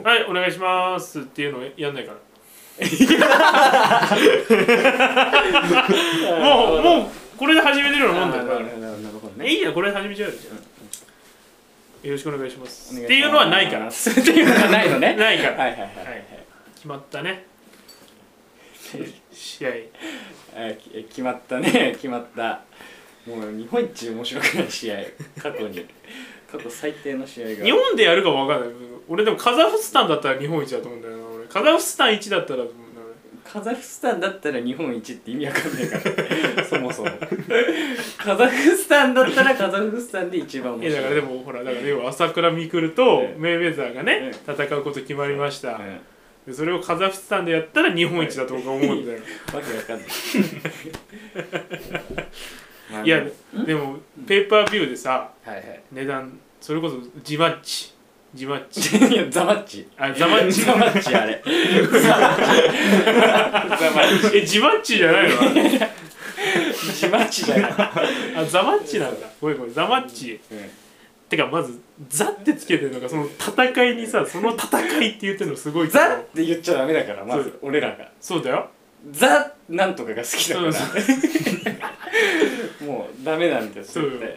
はいお願いしますっていうのをやんないからもうこれで始めてるようなもんだよ。 なるほどね。 いいやこれで始めちゃうよ。よろしくお願いしますっていうのはないからっていうのはないのね。 ないからはい決まったね試合決まったね。決まった。もう日本一面白くない試合、過去最低の試合が日本でやるかも分かんない。俺でもカザフスタンだったら日本一だと思うんだよな。俺カザフスタン1だったらカザフスタンだったら日本一って意味わかんないからそもそもカザフスタンだったらカザフスタンで一番面白い。 だからでもほらだから要は朝倉未来とメイウェザーがね戦うこと決まりました。でそれをカザフスタンでやったら日本一だと僕は思うんだよわけわかんないいやでもペーパービューでさ値段それこそジマッチいやザマッチあれジマッチジマッチじゃないのジマッチじゃないあザマッチなんだ。ごめんザマッチてかまずザってつけてるのがその戦いにさその戦いって言ってるのすごいけどザって言っちゃダメだからまず俺らがそうだよザなんとかが好きだからもうダメなんですよ絶対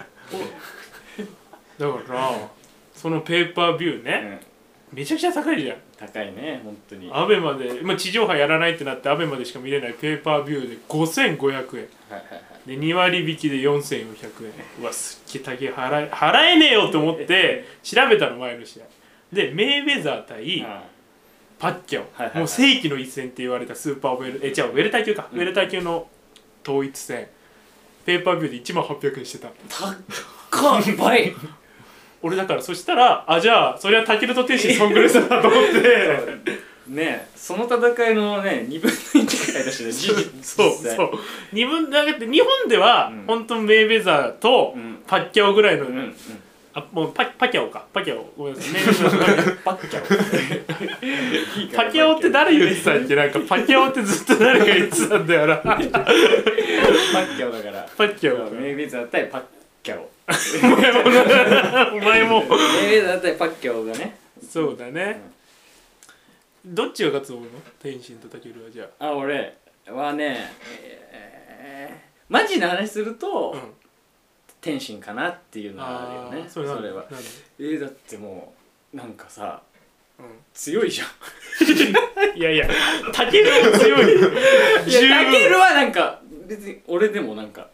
だからそのペーパービューね、めちゃくちゃ高いじゃん。高いね本当に。 アベマで今地上波やらないってなってアベマでしか見れないペーパービューで5500円で2割引きで4400円。うわすっげえ高い払えねえよと思って調べたの前の試合でメイウェザー対パッキャオ、もう世紀の一戦って言われたスーパーウェルウェルター級か、ウェルター級の統一戦ペーパービューで18000円してた。 高い倍俺だからそしたらじゃあそれはタケルと天心そんぐらいだなと思ってねその戦いのね2分の1くらいだしねそう2分だって日本では本当メイウェザーとパッキャオぐらいのもうパキャオかパキャオごめんなさいパッキャオパキャオって誰言ってたっけ。なんかパキャオってずっと誰が言ってたんだよなパッキャオだからパッキャオメイウェザー対パッキャオお前もメイウェザー対パッキャオがね。 そうだね、どっちが勝つと思うの天心とタケルは。じゃあ俺はねマジな話すると天心かなっていうのはあるよね。それはだってもうなんかさ強いじゃんいやいやタケルも強いタケルはなんか別に俺でもなんか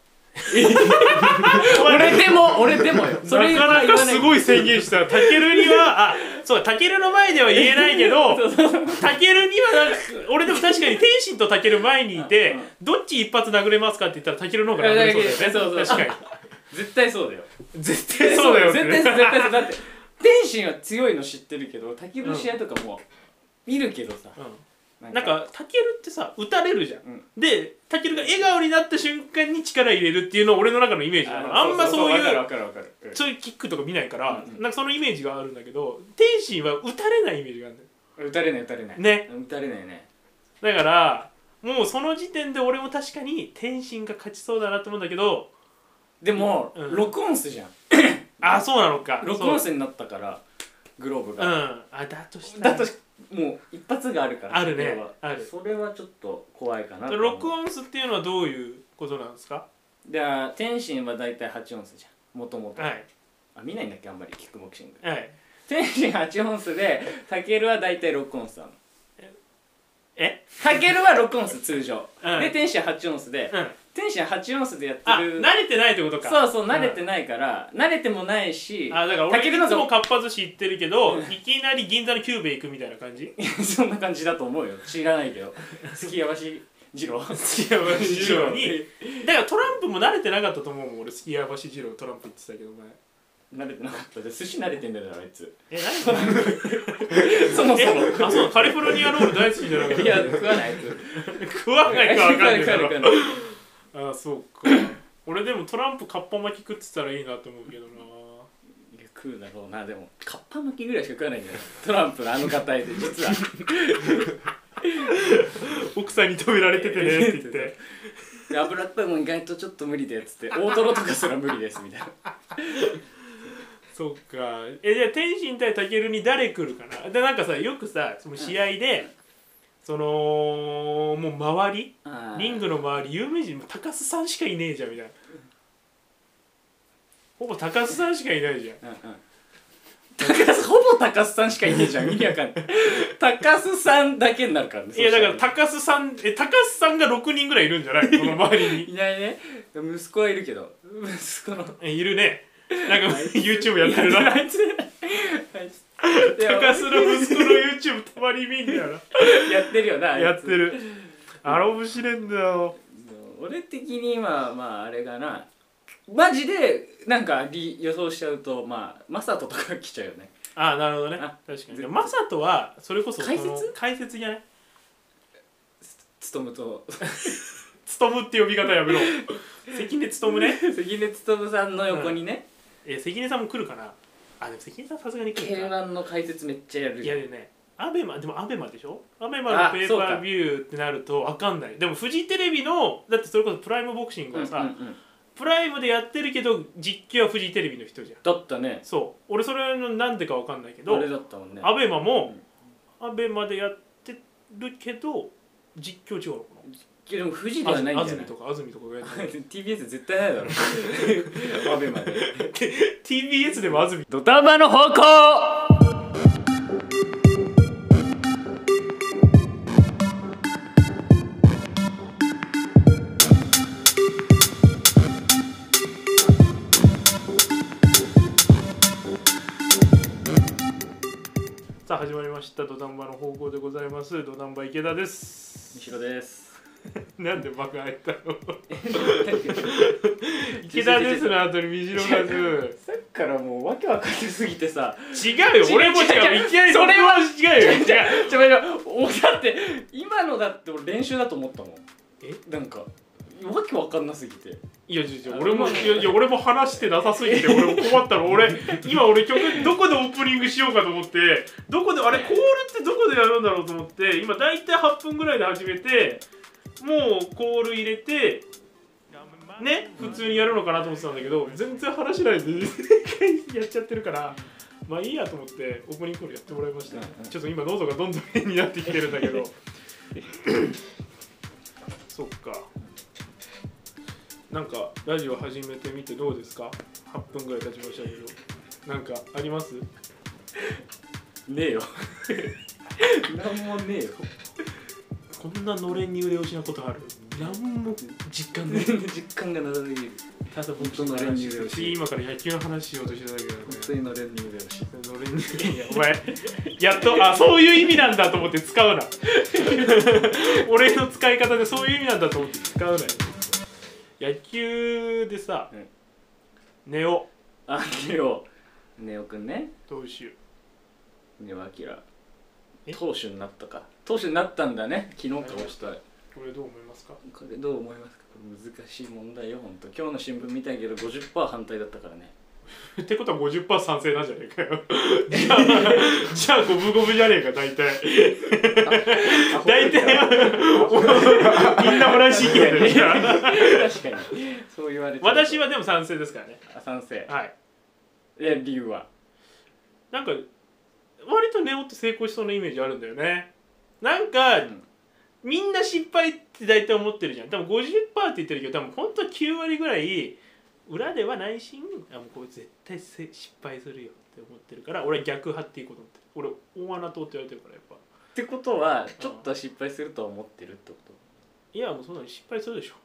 俺でもよ。 それなかなかすごい宣言した。タケルにはそうタケルの前では言えないけどタケルにはなんか俺でも確かに天心とタケル前にいてどっち一発殴れますかって言ったらタケルの方が殴れそうだよね。確かに絶対そうだよ。 絶対そうだよ。 絶対そうだって天心は強いの知ってるけどタケルの試合とかも見るけどさ、 なんかタケルってさ打たれるじゃん、でタケルが笑顔になった瞬間に力入れるっていうのを俺の中のイメージだから、あんまそういうそういうキックとか見ないから、なんかそのイメージがあるんだけど天心は打たれないイメージがあるんだよ。 打たれないね、 打たれないね。 だからもうその時点で俺も確かに天心が勝ちそうだなと思うんだけど、 でも6オンスじゃんそうなのか。 6オンスになったからグローブがだとしたらもう一発があるからあるね。 それはちょっと怖いかな。 6オンスっていうのはどういうことなんですか。 じゃあ天心はだいたい8オンスじゃんもともと。見ないんだっけあんまりキックボクシング。天心8オンスでタケルはだいたい6オンスなの。タケルは6オンス通常で天心8オンスで天心8オンスでやってる。 慣れてないってことか。 そう慣れてないから慣れてもないし。 だから俺いつもかっぱ寿司行ってるけどいきなり銀座のキューベ行くみたいな感じ。 そんな感じだと思うよ。知らないけどすきやばし二郎にだからトランプも慣れてなかったと思うもん。俺すきやばし二郎トランプ行ってたけど前慣れてなかったで。寿司慣れてんだよあいつ。 何そもそもそうカリフォルニアロール大好きじゃなかった。 いや食わない食わないか分かんないけどそうか俺でもトランプかっぱ巻き食ってたらいいなと思うけどな。 いや食うだろうな。でもかっぱ巻きぐらいしか食わないんだよトランプの硬いで実は奥さんに止められててねって言って油っぽいもん意外とちょっと無理でっつって大トロとかすら無理ですみたいなそっか。じゃあ天心対武に誰来るかな。でなんかさ、よくさその試合で、そのもう周りリングの周り有名人高須さんしかいねえじゃんみたいな。ほぼ高須さんしかいないじゃん。 ほぼ高須さんしかいねえじゃん。意味わかんない。高須さんだけになるからね。 いやだから高須さんが6人ぐらいいるんじゃないこの周りに。 いないね。息子はいるけど、息子のいるね。なんか YouTube やってるな。 あいつ高須の息子の YouTube たまに見んだよな。 やってるよな。 やってる。あれ面白いんだよ。 俺的にまああれがな、マジでなんか予想しちゃうとマサトとか来ちゃうよね。 ああなるほどね。確かに。マサトはそれこそ解説じゃない。 つとむとつとむって呼び方やめろ。関根つとむね。 関根つとむさんの横にね。 関根さんも来るかな。あでも関根さんさすがに来るか。 K1 の解説めっちゃやる。 いやでね。でもアベマでしょ。アベマのペーパービューってなると分かんない。でもフジテレビのだってそれこそプライムボクシングはさ、プライムでやってるけど実況はフジテレビの人じゃん。 だったね。 そう俺それのなんでか分かんないけど、 あれだったもんね。 アベマも、アベマでやってるけど実況違うのかな。 でも富士ではないんじゃない。 安住とかがやってる。 TBS 絶対ないだろ。アベマで。 TBS でも安住。 土壇場の方向。 さあ始まりました土壇場の方向でございます。土壇場池田です。 西野です。 なんでバカ入ったの。池田ですの後に虹色がず。 さっきからもうわけわかんなすぎてさ。 違うよ。俺も違う。いきなりそれは違うよ。違う。 だって今のだって俺練習だと思ったもん。なんかわけわかんなすぎて。 いや俺も話してなさすぎて俺も困ったの。今俺曲どこでオープニングしようかと思って、どこであれコールってどこでやるんだろうと思って、今だいたい8分ぐらいで始めて。もうコール入れてね普通にやるのかなと思ってたんだけど、全然話しないでやっちゃってるからまあいいやと思ってオープニングコールやってもらいました。ちょっと今喉がどんどん変になってきてるんだけどそっか。なんかラジオ始めてみてどうですか。8分ぐらい経ちましたけどなんかあります？ ねえよなんもねえよ。 こんなのれんに腕押しなことある？何も実感ない。 実感がなさすぎる。 ただ本当のれんに腕押し。今から野球の話しようとしてたけどね。 本当にのれんに腕押し。 のれんにいやお前やっとそういう意味なんだと思って使うな。俺の使い方でそういう意味なんだと思って使うなよ。野球でさ、ネオネオくんね。 投手。 ネオアキラ。投手になったか。投手になったんだね。昨日かおしたい。 これどう思いますか。 これどう思いますか。これ難しい問題よ本当。今日の新聞見たけど 50% 反対だったからね。 ってことは 50% 賛成なんじゃねえかよ。じゃあ五分五分じゃねえか大体。大体みんな同じ意見だよ。 確かに。そう言われて。 私はでも賛成ですからね。 賛成。 はい。 理由は。 なんか割とネオって成功しそうなイメージあるんだよね。なんか、みんな失敗って大体思ってるじゃん。多分 50% って言ってるけど多分本当は9割ぐらい裏では内心もうこれ絶対失敗するよって思ってるから俺は逆派っていこうと思ってる。俺大穴党って言われてるからやっぱ。 ってことはちょっとは失敗すると思ってるってこと？ いやもうそんなに失敗するでしょ。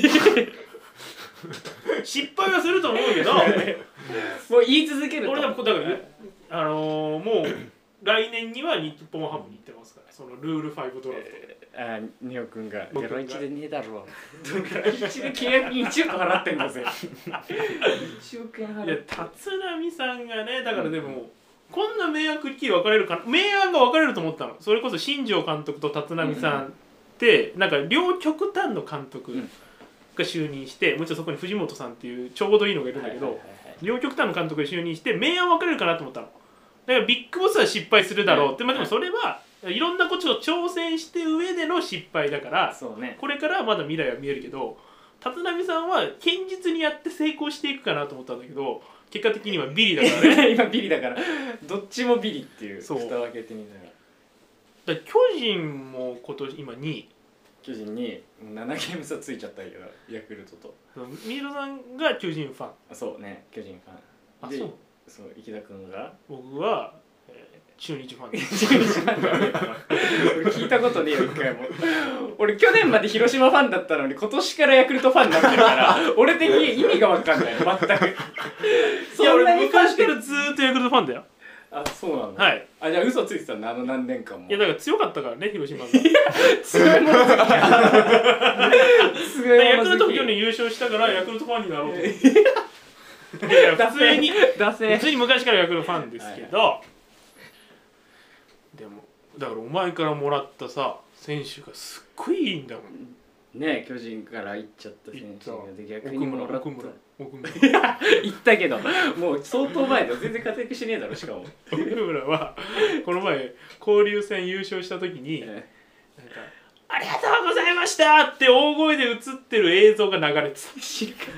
失敗はすると思うけどもう言い続けると。 俺でもだからもう来年には日本ハムに行ってますから、そのルール5ドラフトで。 ネオくんがドラ1でねえだろ。ドラ1で契約1億払ってんだぜ。1億円払って。いや立浪さんがね、だからでも、こんな明暗くっきり分かれるか、明暗が分かれると思ったの。それこそ新庄監督と立浪さんってなんか両極端の監督が就任して、もちろんそこに藤本さんっていうちょうどいいのがいるんだけど、両極端の監督が就任して明暗分かれるかなと思ったの。だからビッグボスは失敗するだろうって、まあでもそれはいろんなことを挑戦して上での失敗だから、 そうね、 これからまだ未来は見えるけど、立浪さんは堅実にやって成功していくかなと思ったんだけど、 結果的にはビリだからね今ビリだからどっちもビリっていう蓋を開けてみたら巨人も今年今2位巨人に7ゲーム差ついちゃったけどヤクルトと三浦さんが巨人ファンそうね巨人ファンでそう池田君が僕は、中日ファンです中日ファンだね俺聞いたことねえよ一回も俺去年まで広島ファンだったのに今年からヤクルトファンになってるから俺的に意味が分かんない全くいや俺昔からずーっとヤクルトファンだよあ、そうなんだ。 はい。 あ、じゃあ嘘ついてたんだ、何年間も。 いやだから強かったからね、広島が。 強いもの好き。強いもの好き。 ヤクルト去年優勝したからヤクルトファンになろうと思って。いや普通に昔からヤクルトファンですけど、はい、でもだからお前からもらったさ選手がすっごいいいんだもん。 ねえ巨人から行っちゃった選手がで逆にもらった奥村行ったけどもう相当前だよ全然活躍しねえだろしかも奥村はこの前交流戦優勝した時に、なんかありがとうございましたって大声で映ってる映像が流れてた。知るか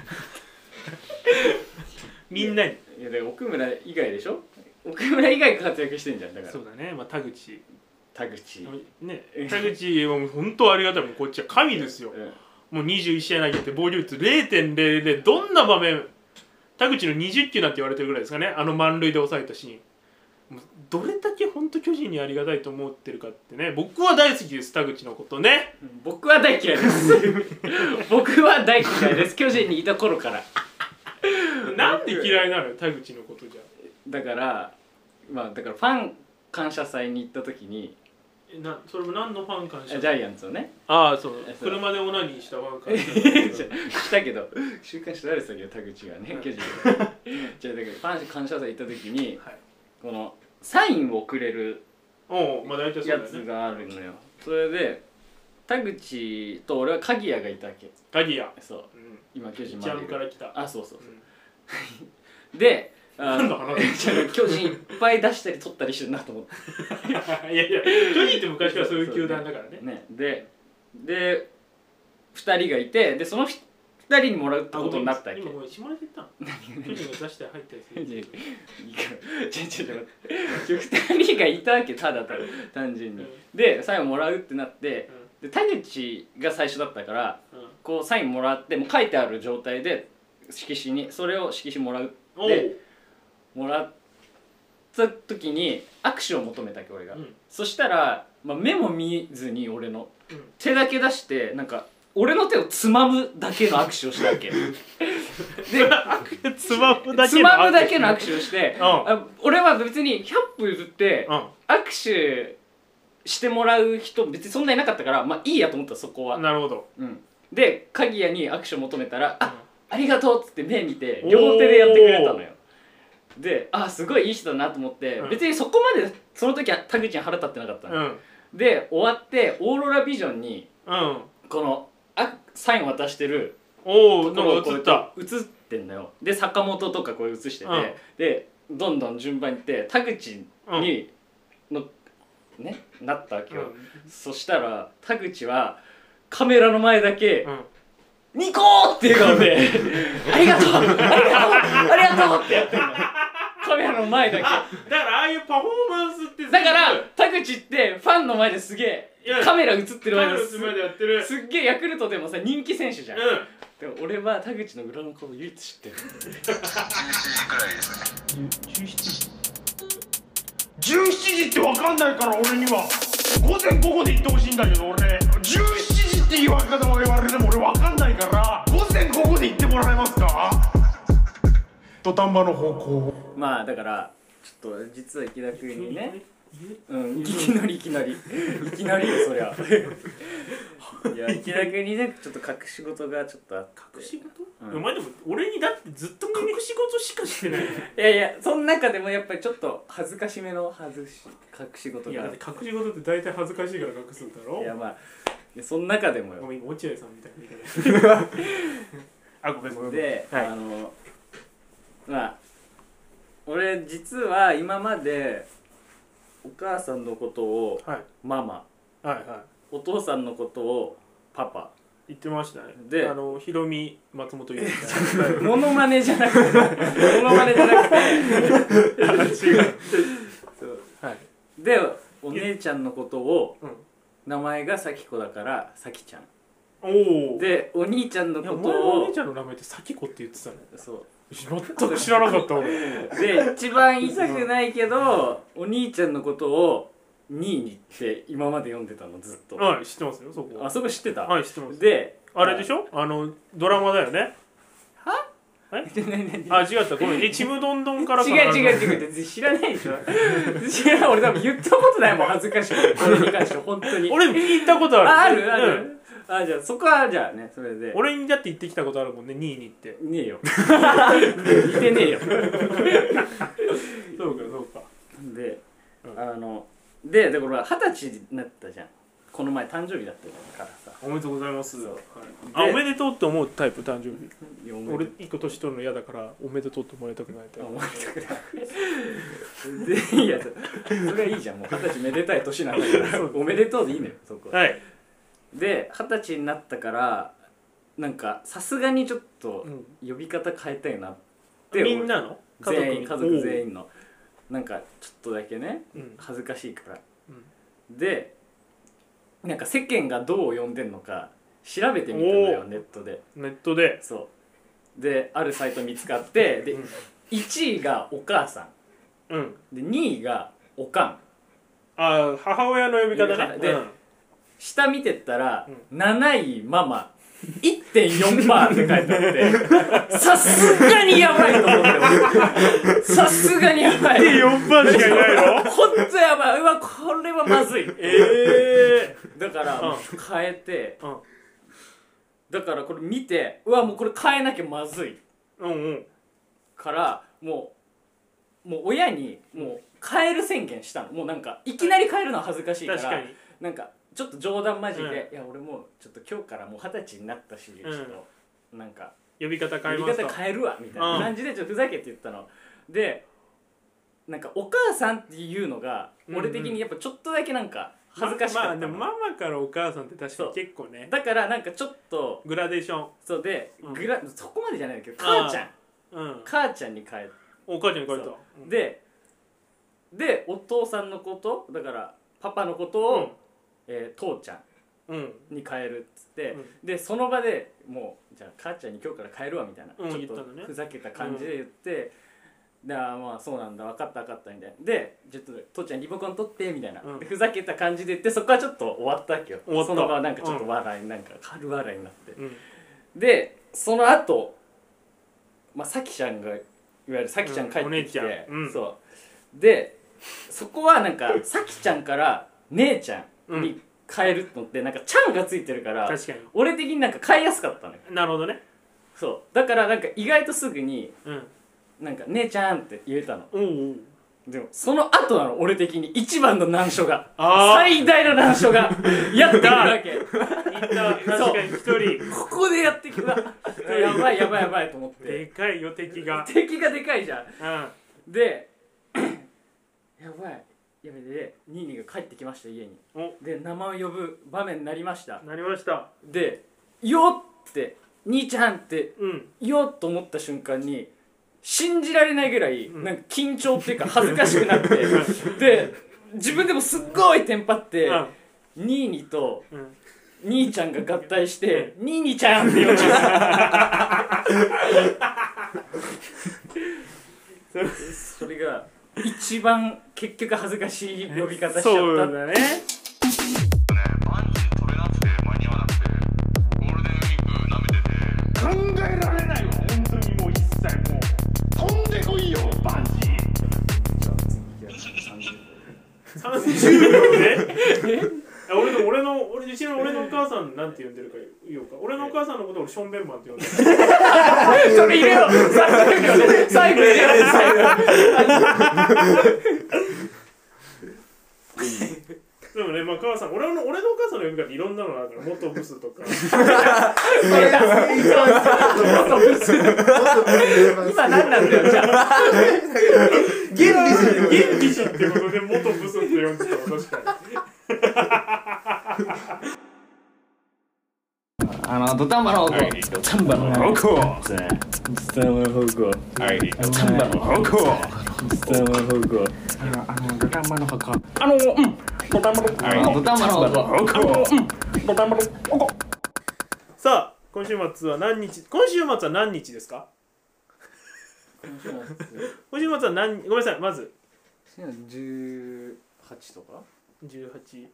みんなに。 いやだから奥村以外でしょ。奥村以外が活躍してんじゃんだから。 そうだね。まあ田口ね、田口はもう本当ありがたいもんこっちは神ですよ、もう21試合投げて防御率 0.00 どんな場面田口の20球なんて言われてるぐらいですかねあの満塁で抑えたシーンもうどれだけ本当巨人にありがたいと思ってるかってね僕は大好きです田口のことね僕は大嫌いです僕は大嫌いです巨人にいた頃からなんで嫌いなのよ田口のことじゃだからまあだからファン感謝祭に行った時にそれも何のファン感謝ジャイアンツをねああそう車でオナニーしたファン感謝したけど週刊誌誰したけど田口がね巨人じゃあだけどファン感謝祭行った時に、はい、このサインをくれるやつがあるのよそれで田口と俺は鍵谷がいたわけ鍵谷そう、今巨人までいるから来たあそうそうそう、で巨人いっぱい出したり取ったりしてるなと思っていやいや巨人って昔からそういう球団だからねで2人がいてでその2人にもらうってことになったわけ今下ネタ言ったの巨人が出して入ったやついいからちょっと待って2人がいたわけただ単純に、でサインをもらうってなって、で田口が最初だったから、こうサインもらってもう書いてある状態で色紙にそれを色紙もらうでもらった時に握手を求めたっけ俺が、そしたら、まあ、目も見ずに俺の、手だけ出してなんか俺の手をつまむだけの握手をしたわけでつまむだけの握手をして、俺は別に100歩譲って、握手してもらう人別にそんなにいなかったからまあいいやと思ったそこはなるほど、 で鍵谷に握手を求めたらありがとうっつって目見て両手でやってくれたのよですごいいい人だなと思って、別にそこまでその時は田口に腹立ってなかったの、で終わってオーロラビジョンに、このサイン渡してるところを映ってんのよで坂本とかこれ映してて、でどんどん順番にいって田口になったわけよ、そしたら田口はカメラの前だけ、ニコーって笑顔でありがとうありがとうありがとうってやってんのカメラの前だけだからああいうパフォーマンスってだから田口ってファンの前ですげえカメラ映ってる前ですっげえヤクルトでもさ人気選手じゃん、でも俺は田口の裏の顔唯一知ってる17時くらいですね 17時って分かんないから俺には午前午後で言ってほしいんだけど俺17時って言われ方も言われても俺分かんないから午前午後で言ってもらえますか土壇場の方向まあだからちょっと実は池田君にねいきなりよそりゃいや池田君にねちょっと隠し事がちょっとあって隠し事？お前でも俺にだってずっと隠し事しかしてないいやその中でもやっぱりちょっと恥ずかしめの隠し事がいやだって隠し事って大体恥ずかしいから隠すんだろいやまあその中でもよごめん今落合さんみたいな言い方あごめんで、まあ俺実は今までお母さんのことをママ、お父さんのことをパパ言ってましたね。 でヒロミ松本優モノマネじゃなくてモノマネじゃなくて違うそう、はい、でお姉ちゃんのことを、名前が咲子だから咲ちゃん。おお。でお兄ちゃんのことを、 お姉ちゃんの名前って咲子って言ってたね。 そう。 全く知らなかった俺。 で一番言いたくないけど、お兄ちゃんのことをニーニって今まで読んでたのずっと。 はい、知ってますよそこ。 あそこ知ってた。 はい、知ってます。 であれでしょ、ドラマだよね。 は？ あ、違った、ごめん。ちむどんどんからかな。違う知らないでしょ。知らない。俺多分言ったことないもん、恥ずかしくて。これに関して本当に。 俺聞いたことある。 ある。あ、じゃあそこはじゃあね、それで俺にだって言ってきたことあるもんね、ニーニってねえよ似てねえよそうかで、でこれは20歳になったじゃん。この前誕生日だったからさ。 おめでとうございます。おめでとうって思うタイプ、誕生日。俺1個年取るの嫌だからおめでとうって思われたくないタイプ。 思われたくないで、いやそれはいいじゃん、もう20歳めでたい年なんだからおめでとうでいいのよそこは。はいで20歳になったからなんかさすがにちょっと呼び方変えたいなって、 みんなの家族全員のなんかちょっとだけね、恥ずかしいから、でなんか世間がどう呼んでんのか調べてみたのよ、ネットで。そうであるサイト見つかって、で1位がお母さん、で2位がおかん。 ああ、母親の呼び方ね。 で下見てったら、7位ママ 1.4% って書いてあってさすがにやばいと思ってさすがにやばい 1.4% しかいないのほんとやばい。うわこれはまずい。だから変えて、だからこれ見てうわもうこれ変えなきゃまずいからもう親にもう変える宣言したの。もうなんかいきなり変えるのは恥ずかしいからなんかちょっと冗談交じで、いや俺もうちょっと今日からもう20歳になったし、ちょっとなんか呼び方変えますと、 呼び方変えるわみたいな感じでちょっとふざけて言ったの。でなんかお母さんっていうのが俺的にやっぱちょっとだけなんか恥ずかしかったの。 まあでもママからお母さんって確かに結構ね。 だからなんかちょっとグラデーション。 そうでそこまでじゃないけど母ちゃんに変えた。 お母ちゃんに変えた。 でお父さんのことだからパパのことを父ちゃんに変えるっつって、でその場でもうじゃあ母ちゃんに今日から変えるわみたいな、ちょっとふざけた感じで言って、でまあそうなんだ分かったみたいな。でちょっと父ちゃんリモコン取ってみたいな、ふざけた感じで言って、そこはちょっと終わったわけよ。その場はなんかちょっと笑い、なんか軽笑いになって、でその後まあさきちゃんがいわゆるさきちゃん帰ってきて、そうでそこはなんかさきちゃんから姉ちゃんに変えるのってなんかちゃんがついてるから、俺的になんか変えやすかったのよ。 なるほどね。 そうだからなんか意外とすぐになんか姉ちゃんって言えたの。でもその後なの俺的に一番の難所が、最大の難所がやってくるわけ。 確かに一人ここでやってくる。やばいと思って。 でかいよ敵がでかいじゃん。でやばいでニーニーが帰ってきました家に。で名前を呼ぶ場面になりました。でよって兄ちゃんってよっと思った瞬間に信じられないぐらいなんか緊張っていうか恥ずかしくなってで自分でもすっごいテンパってニーニーと兄ちゃんが合体してニーニーちゃんって呼んじゃうそれが一番結局恥ずかしい呼び方しちゃった。 そうだね。 バンジー取れなくて間に合わなくてゴールデンウィークなめてて考えられないわ本当に。もう一切もう飛んでこいよバンジー。 じゃあ次30秒で俺のお母さんなんて呼んでるか言おうか。俺のお母さんのことを俺ションベンマンって呼んでる。 それ入れよう30秒で最後入れよう最後でもね、まあ母さん、俺のお母さんの呼び方いろんなのあるから、元ブスとか。 元ブス。今何なんだよ、じゃあ。 原理者っていうことで元ブスって呼んでたわ、確かに。 土壇場の方向、土壇場の方向、土壇場の方向、土壇場の方向、土壇場の方向、土壇場の方向、土壇場の方向、土壇場の方向。 さあ、今週末は何日ですか？今週末はごめんなさい、まず 18とか 18、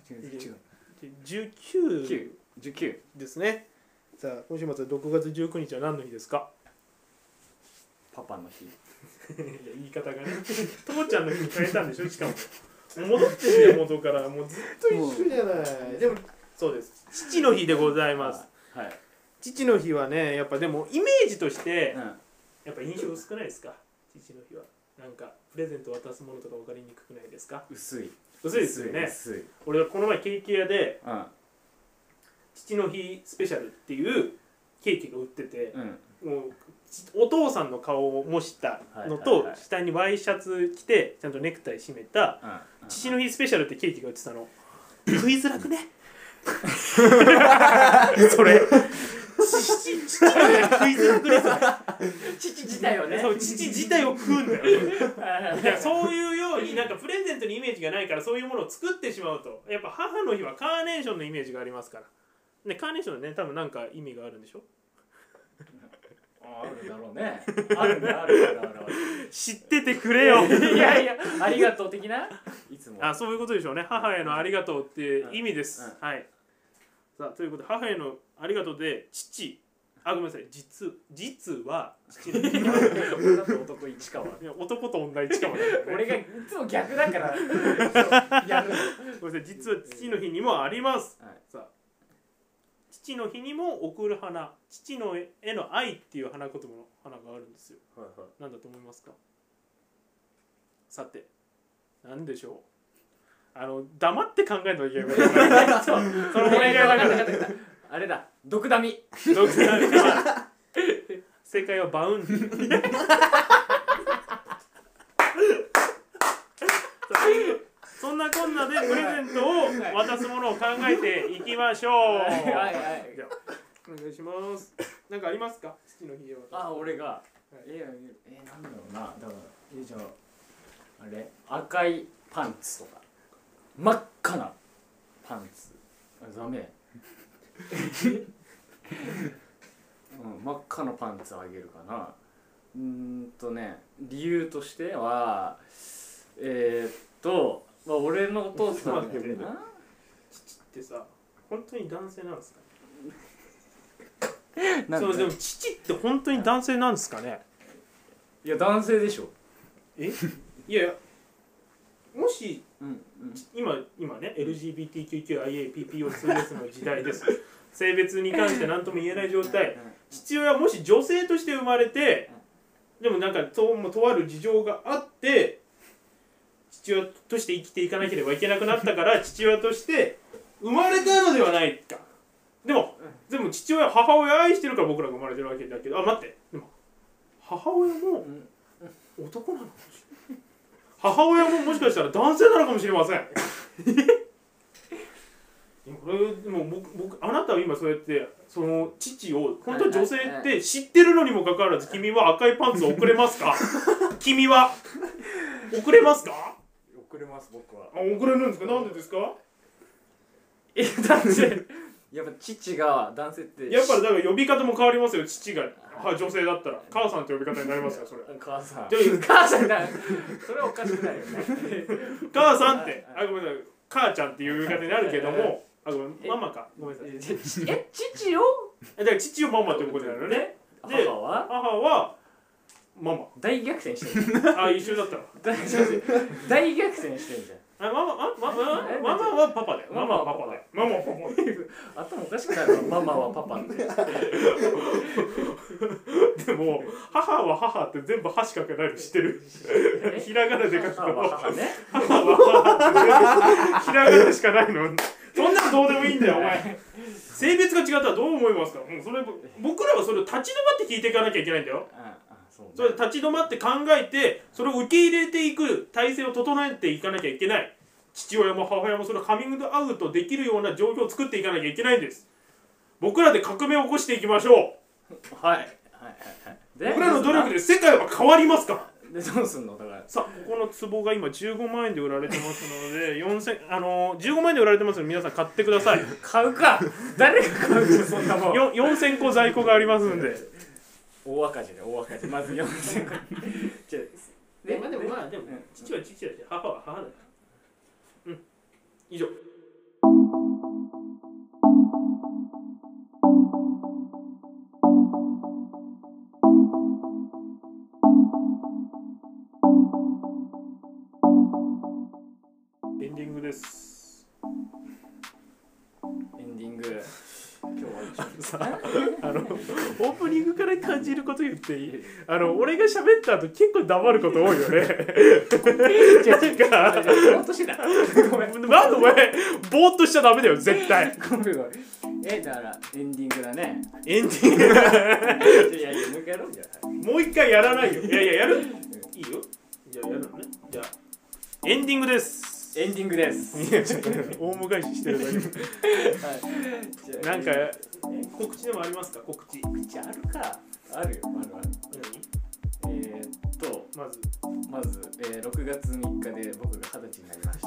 19 ですね。さあ、今週末は6月19日は何の日ですか？ パパの日。 言い方がね、父ちゃんの日に変えたんでしょ。しかも戻ってるよ、元から。もうずっと一緒じゃない。でもそうです、父の日でございます。はい、父の日はね、やっぱでもイメージとして、やっぱ印象薄くないですか？父の日はなんかプレゼント渡すものとか分かりにくくないですか？薄いですよね。俺はこの前ケーキ屋で、父の日スペシャルっていうケーキが売ってて、もうお父さんの顔を模したのと、下にワイシャツ着てちゃんとネクタイ締めた父の日スペシャルってケーキが売ってたの。食いづらくねそれ父の食いづらくね、それ父自体をね、 そう、父自体を食うんだよいや、そういうようになんかプレゼントにイメージがないから、そういうものを作ってしまうと、やっぱ母の日はカーネーションのイメージがありますからね。カーネーションね、多分なんか意味があるんでしょ。 あるだろうね。ある知っててくれよいやいや、ありがとう的な、いつもそういうことでしょうね。母へのありがとうっていう意味です。はい。さあ、ということで母へのありがとうでごめんなさい、実は父の日俺だって男市川、 男と女市川だからね俺がいつも逆だからやるごめんなさい、実は父の日にもあります。さあ、父の日にも贈る花、父のへの愛っていう花言葉の花があるんですよ。何だと思いますか？さて、何でしょう。黙って考えなきゃいけないその問題がなかった。 あれだ、毒ダミ。 正解はバウンディそんなこんなでプレゼントを渡すものを考えていきましょう。じゃあお願いします。何かありますか？父の日で渡す。 俺がなんだろうな。だからじゃああれ、赤いパンツとか真っ赤なパンツ、ダメ真っ赤なパンツあげるかな。理由としては俺のお父さんってな、 父ってさ、本当に男性なんですかねそうでも父って本当に男性なんですかね。 いや、男性でしょ。 いやもし、今ね LGBTQIAPPO2S の時代です性別に関して何とも言えない状態父親はもし女性として生まれて、でもなんかとある事情があって父親として生きていかなければいけなくなったから父親として生まれたのではないか。でも父親は母親を愛してるから僕らが生まれてるわけだけど、待って、でも母親も男なのかもしれない。母親ももしかしたら男性なのかもしれませんこれでも僕あなたは今そうやってその父を本当に女性って知ってるのにもかかわらず、君は赤いパンツを送れますか君は送れますか？ 送れます、僕は。 送れるんですか？なんでですか？ 男性やっぱ父が男性ってやっぱりだから呼び方も変わりますよ。父が女性だったら母さんって呼び方になりますよ。それ母さん母さんだそれはおかしくないよね母さんってごめんなさい、母ちゃんっていう呼び方になるけどもごめん、ママか、ごめんなさい。 父をだから父をママってことになるよね。で母はママ。 大逆転してる一緒だったら大逆転してるじゃん。 ママはパパで。ママはパパで。 頭おかしくないの？ママはパパってでも母は母って全部歯しか書けないの知ってる？ひらがなで書くと母は母って全部ひらがなしかないの。そんなのどうでもいいんだよお前。性別が違ったらどう思いますか？もうそれ僕らはそれを立ち止まって聞いていかなきゃいけないんだよ。それ立ち止まって考えてそれを受け入れていく体制を整えていかなきゃいけない。父親も母親もそれをカミングアウトできるような状況を作っていかなきゃいけないんです。 僕らで革命を起こしていきましょう。 はいはいはいはい。 僕らの努力で世界は変わりますから。 でどうすんのだから。 さあここの壺が今15万円で売られてますので15万円で売られてますので皆さん買ってください。 買うか。誰が買うのそんなもん。 4000個在庫がありますんで。 大赤字で大赤字。まず4000個。じゃでも父は父だし母は母だよ。うん以上。エンディングです。 エンディング。今日はさオープニングから感じること言っていい？俺が喋った後結構黙ること多いよね。ごめん。なんでお前ぼーっとしちゃダメだよ絶対。 ごめん。だからエンディングだね。 エンディング。 いやもう一回やろうじゃあ。 もう一回やらないよ。いややる。いいよ。じゃあやるのね。じゃあエンディングです。 エンディングです。 いやちょっと大昔してるだけ。はい。なんか告知でもありますか？告知あるか。あるよ。ある。まず6月3日で僕が20歳になりました。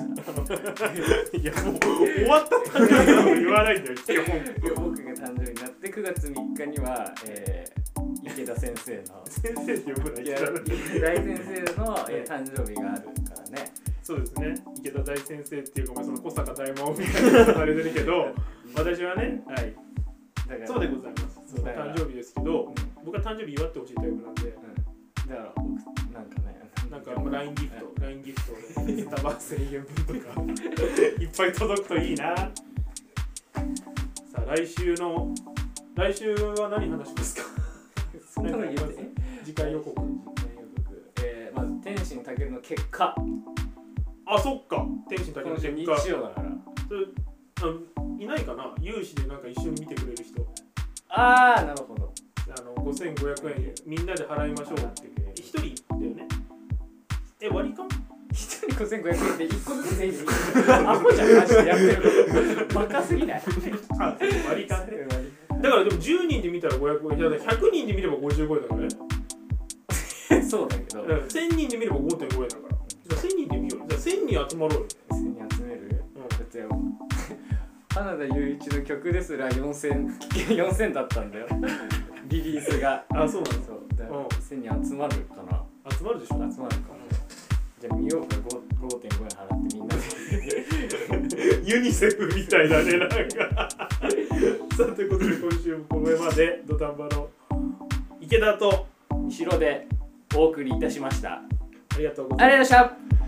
いやもう終わった誕生日は言わないんだよ。 僕が誕生日になって9月3日には池田先生の先生って呼ぶな。 池田大先生の誕生日があるからね。 そうですね。池田大先生っていうかその小坂大魔王みたいなことされてるけど、私はね、はい。そうでございます。そう誕生日ですけど、僕は誕生日祝ってほしいタイプなんで。 だから僕なんか LINE ギフトでスタバ1000円分とかいっぱい届くといいな。さあ来週は何話しますか？ そんなの言うて。 次回予告。 まず天心たけるの結果。 あ、そっか。天心たけるの結果。 日曜だから。 いないかな。有志でなんか一緒に見てくれる人。 ああ、なるほど。 5500円みんなで払いましょうって1人だよね。割り勘？ 1人5500円で1個ずつでいい。アホじゃんマジでやってることバカすぎない？ 割り勘で。だからでも10人で見たら500円。100人で見れば55円だからね。そうだけど 1000人で見れば 5.5 円だから。1000人で見よう。1000人集まろうよ。 1000人集める？だって花田雄一の曲ですら4000だったんだよ。リリースが。 あ、そうなんですよ。1000人集まるかな。 集まるでしょ。 集まるかな。じゃあ見ようか。5.5 円払ってみんなで。 ユニセフみたいだねなんか。さあということで今週もこれまで土壇場の池田と西野でお送りいたしました。 ありがとうございました。